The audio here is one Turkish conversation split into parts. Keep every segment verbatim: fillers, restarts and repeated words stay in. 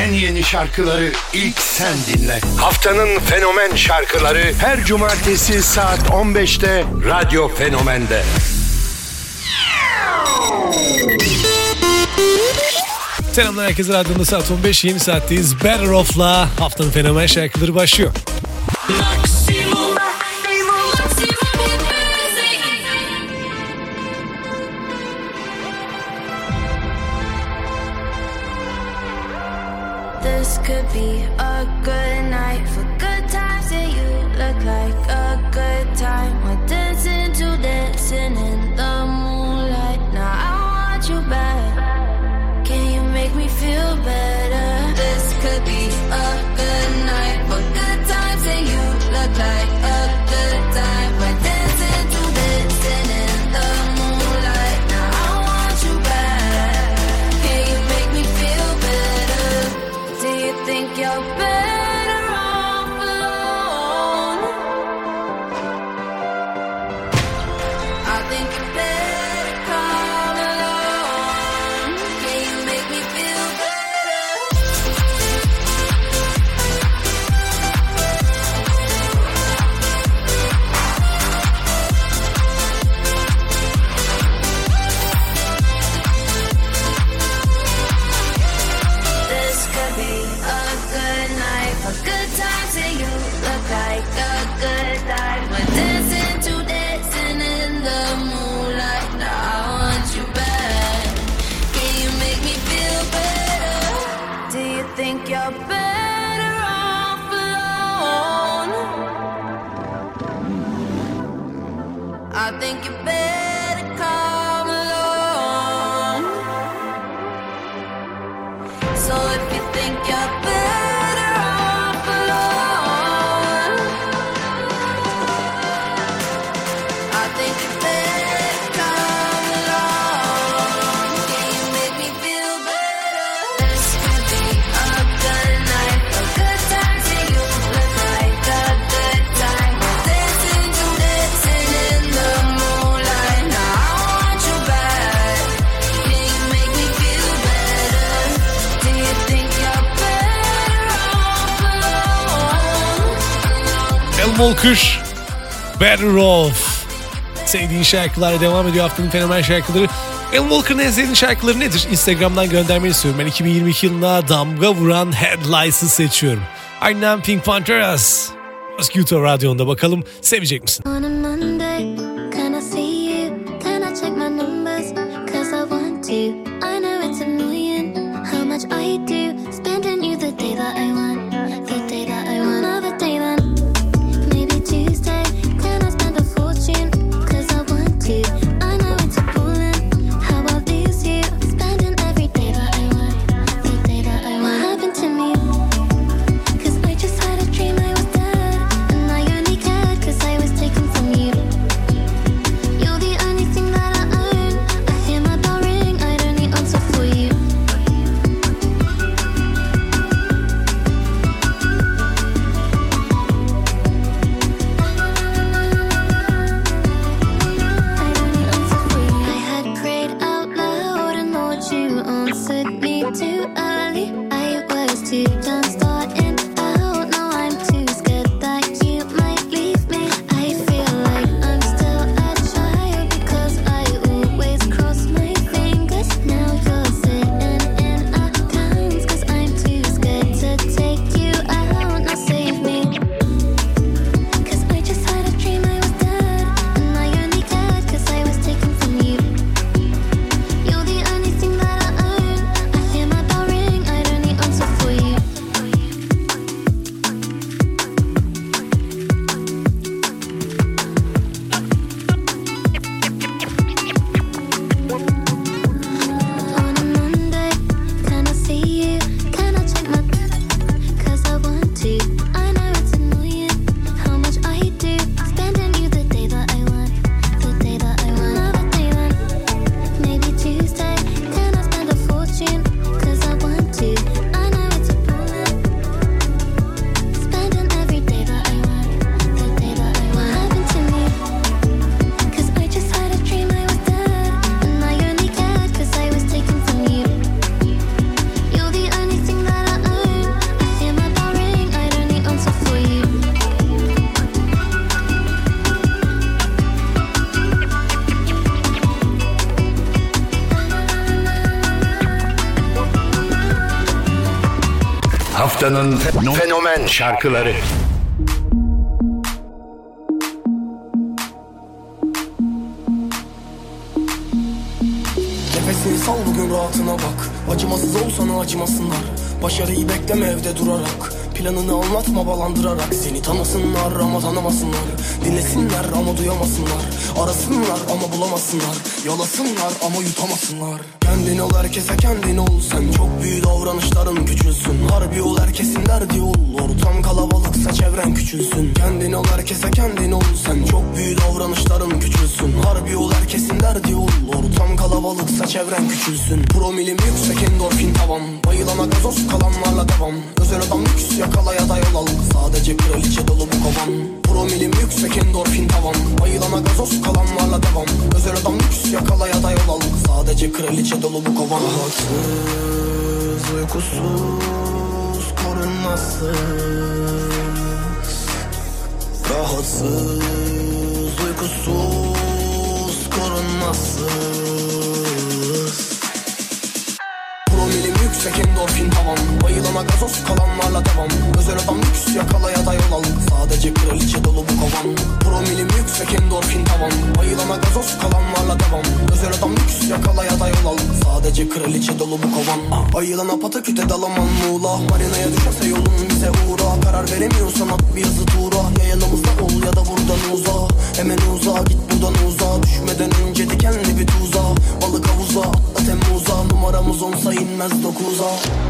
en yeni şarkıları ilk sen dinle. Haftanın fenomen şarkıları her cumartesi saat on beşte Radyo Fenomen'de. Selamlar herkese, radyonda saat on beş, yeni saatteyiz. Better Off'la haftanın fenomen şarkıları başlıyor. Maksimum. This could be a good night for good times, and you look like a good time. We're dancing to dancing in the moonlight. Now I want you back. Can you make me feel better? This could be a good night for good times, and you look like a good time. We're dancing to dancing in the moonlight. Now I want you back. Can you make me feel better? Do you think you're better off alone? I think you better come alone. Can you make me feel better? This could be a good night for good times, and you look like a good time. We're dancing to dancing in the moonlight. Now I want you back. Can you make me feel better? Do you think you're better off alone? I think you better come along. So if you think you're better off alone, I think you better come along. Can you make me feel better? This could be a good night for good times, and you look like a good time. We're dancing to dancing in the moonlight. Now I want you back. Can you make me feel better? Do you think you're better off alone? Al Walker, Better Off. Sevdiğin şarkılarla devam ediyor haftanın fenomen şarkıları. Al Walker'ın en sevdiğin şarkıları nedir? Instagram'dan göndermeni istiyorum. Ben iki bin yirmi iki yılına damga vuran Headlights'ı seçiyorum. Ardından Pink Pantheras. Mosquito Radyo'nda, bakalım sevecek misin? On a Monday, can I see you? Can I check my numbers? Cause I want to. I know it's annoying how much I do. Spending you the day that I want. The day that I want. Another day then. Maybe Tuesday. Can I spend a fortune? Cause I want to. I know it's appalling how I lose you. Spending every day that I want. The day that I want. What happened to me? Cause I just had a dream I was dead. And I only cared cause I was taken from you. You're the only thing that I own. I hear my bell ring, I'd only answer for you. I'd only answer for you. I had prayed out loud and thought you answered me too early. I was too done starting out. Now I'm too scared that you might leave me. I feel like I'm still a child because I always cross my fingers. Now you're sitting in accounts cause I'm too scared to take you out. Now save me. Cause I just had a dream I was dead. And I only cared cause I was taken from you. You're the only thing that I own. I hear my bell ring, I'd only Haftanın fenomen şarkıları. Nefesini sal, bugün rahatına bak. Acımasız ol, sana acımasınlar. Başarıyı bekleme evde durarak. Planını anlatma balandırarak. Seni tanısınlar ama tanımasınlar. Dinlesinler ama duyamasınlar. Arasınlar ama bulamasınlar. Yalasınlar ama yutamasınlar. Kendin ol, herkese kendin ol. Sen çok büyük davranışların küçülsün. Harbi ol, herkesin derdi ol. Ortam kalabalıksa çevren küçülsün. Kendin ol, herkese kendin ol. Sen çok büyük davranışların küçülsün. Harbi ol, herkesin derdi ol. Ortam kalabalıksa çevren küçülsün. Promilim yüksek, endorfin tavan. Bayılana gazoz, kalanlarla devam. Özel adam lüks, yakala ya da yol al. Sadece kraliçe dolu bu kovan. Promilim yüksek, endorfin tavan. Bayılana gazoz, kalanlarla devam. Özel adam lüks, yakala ya da yol al. Sadece kraliçe dolu bu kovan. Rahatsız, uykusuz, korunmasız. Rahatsız, uykusuz, korunmasız. Promilim yüksek, endorfin tavan. Bayılana gazoz, kalanlarla devam. Özel adam lüks, yakala ya da yol al. Sadece kraliçe dolu bu kovan. Promilim yüksek, endorfin tavan. Bayılana gazoz, kalanlarla devam. Özel adam lüks, yakala ya da yol al. Sadece kraliçe dolu bu kovan. Bayılana pataküte dalaman muğla. Marinaya düşerse yolun bize uğra. Karar veremiyorsan at bir yazı tuğra. Ya yanımızda ol ya da buradan uza. Hemen uza, git buradan uza. Düşmeden önce dikenli bir tuza. Balık havuza, atla Temmuz'a. Numaramız onsa inmez dokuza.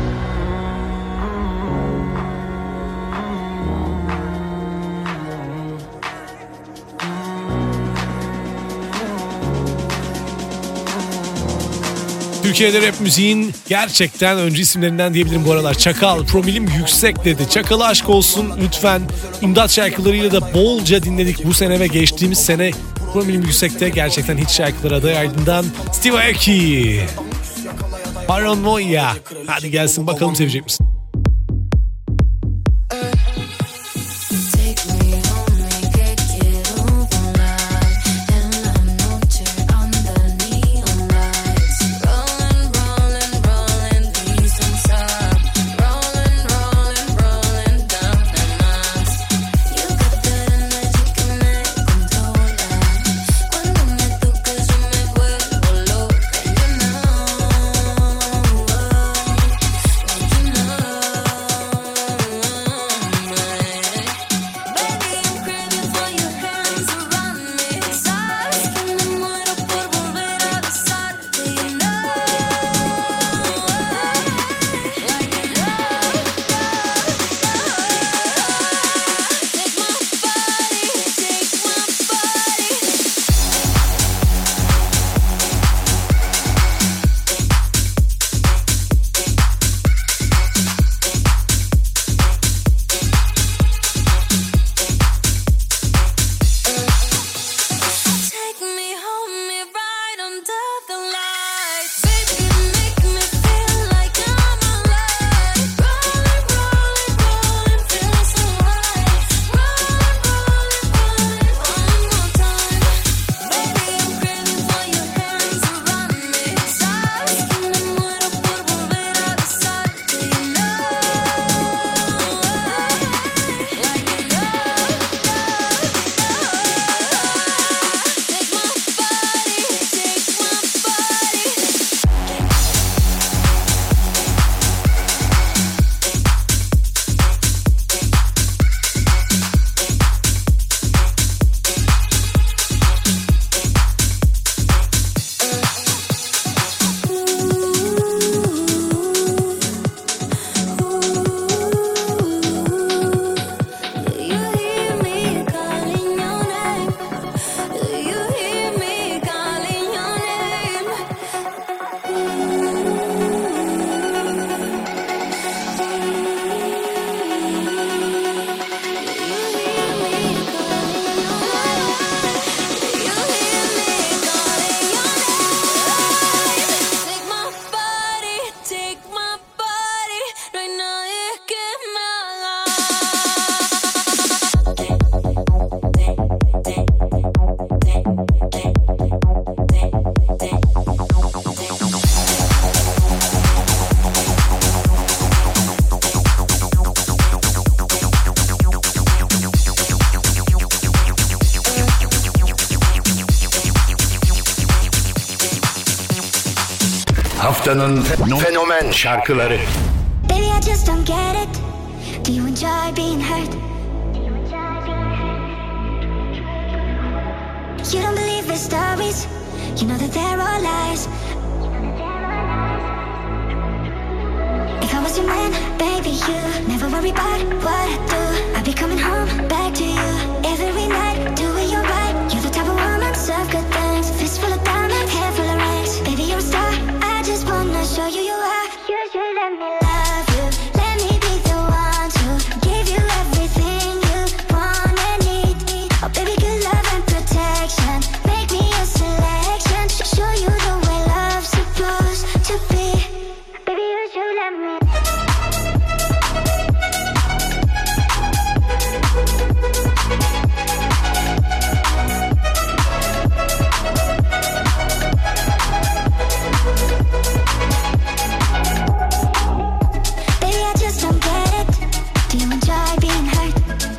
Türkiye'de rap müziğin gerçekten öncü isimlerinden diyebilirim bu aralar. Çakal, promilim yüksek dedi. Çakal'a aşk olsun lütfen. İmdat şarkılarıyla da bolca dinledik bu sene ve geçtiğimiz sene. Promilim yüksekte gerçekten hit şarkıları aday ardından Steve Aoki. Paranoia. Hadi gelsin bakalım, sevecek misin? You know Haftanın fenomen şarkıları. Baby, I just don't get it. Do you enjoy being hurt? You don't believe the stories. You know that they're all lies. If I was your man, baby, you never worry about what I do. I'd be coming home back to you every night, doing you right. You're the type of woman, serve good things. Fist full of diamonds, hair full of rings. Baby, you're a star. I just wanna show you you are. You should let me love you. Let me be the one to give you everything you want and need. Oh, baby, good love and protection. Make me your selection. Show you the way love's supposed to be. Baby, you should let me. Baby, I just don't get it. Do you enjoy being hurt?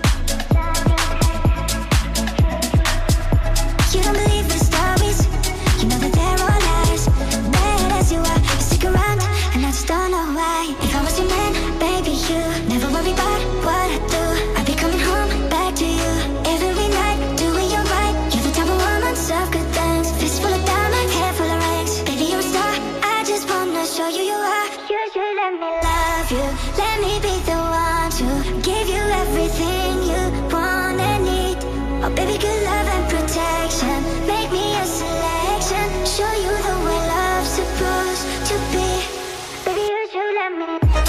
You don't believe the stories. You know that they're all lies. Bad as you are, you stick around, and I just don't know why. If I was your man, baby, you never worry about what I do. I'd be coming home back to you every night, doing you right. You're the type of woman, serve good things. Fist full of diamonds, hair full of rings. Baby, you're a star. I just wanna show you you are. You should let me love you. Let me be the one to give you everything you want and need. Oh, baby, good love and protection. Make me a selection. Show you the way love's supposed to be. Baby, you should let me.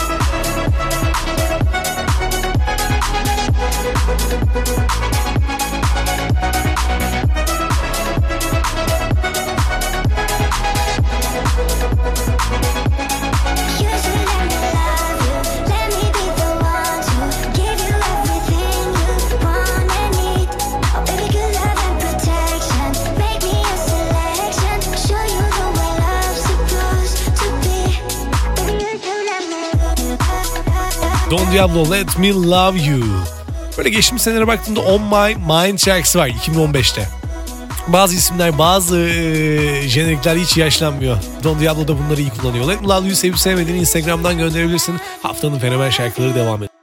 You should let me love you. Let me be the one to give you everything you want and need. Oh, baby, good love and protection. Make me a selection. Show you the way love's supposed to be. Baby, you should let me. Don Diablo, Let Me Love You. Böyle geçmiş senelere baktığımda On My Mind şarkısı var iki bin on beşte. Bazı isimler, bazı e, jenerikler hiç yaşlanmıyor. Don Diablo da bunları iyi kullanıyor. Let Me Love You'yu sevip sevmediğini Instagram'dan gönderebilirsin. Haftanın fenomen şarkıları devam ediyor.